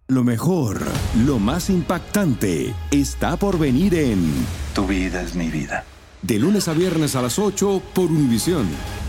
Lo mejor, lo más impactante, está por venir en Tu vida es mi vida. De lunes a viernes a las 8 por Univisión.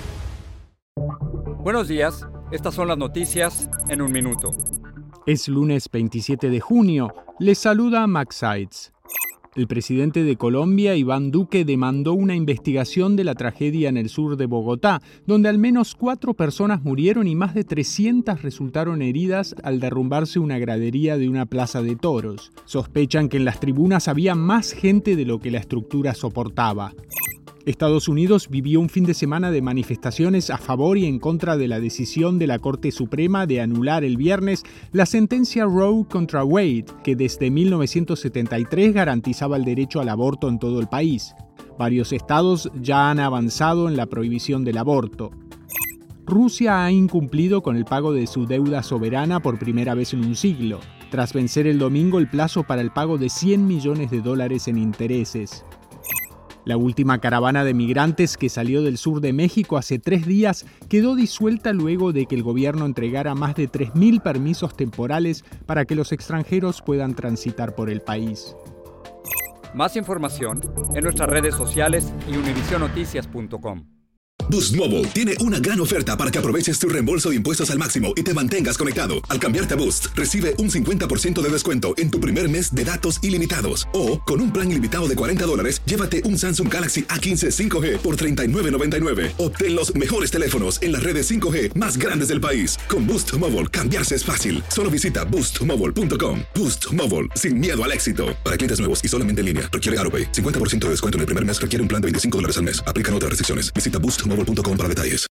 Buenos días, estas son las noticias en un minuto. Es lunes 27 de junio. Les saluda Max Seitz. El presidente de Colombia, Iván Duque, demandó una investigación de la tragedia en el sur de Bogotá, donde al menos 4 personas murieron y más de 300 resultaron heridas al derrumbarse una gradería de una plaza de toros. Sospechan que en las tribunas había más gente de lo que la estructura soportaba. Estados Unidos vivió un fin de semana de manifestaciones a favor y en contra de la decisión de la Corte Suprema de anular el viernes la sentencia Roe contra Wade, que desde 1973 garantizaba el derecho al aborto en todo el país. Varios estados ya han avanzado en la prohibición del aborto. Rusia ha incumplido con el pago de su deuda soberana por primera vez en un siglo, tras vencer el domingo el plazo para el pago de $100 millones en intereses. La última caravana de migrantes que salió del sur de México hace 3 días quedó disuelta luego de que el gobierno entregara más de 3.000 permisos temporales para que los extranjeros puedan transitar por el país. Más información en nuestras redes sociales y univisionoticias.com. Boost Mobile tiene una gran oferta para que aproveches tu reembolso de impuestos al máximo y te mantengas conectado. Al cambiarte a Boost, recibe un 50% de descuento en tu primer mes de datos ilimitados. O, con un plan ilimitado de $40, llévate un Samsung Galaxy A15 5G por $39.99. Obtén los mejores teléfonos en las redes 5G más grandes del país. Con Boost Mobile, cambiarse es fácil. Solo visita boostmobile.com. Boost Mobile, sin miedo al éxito. Para clientes nuevos y solamente en línea, requiere AutoPay. 50% de descuento en el primer mes requiere un plan de $25 al mes. Aplican otras restricciones. Visita boostmobile.com para detalles.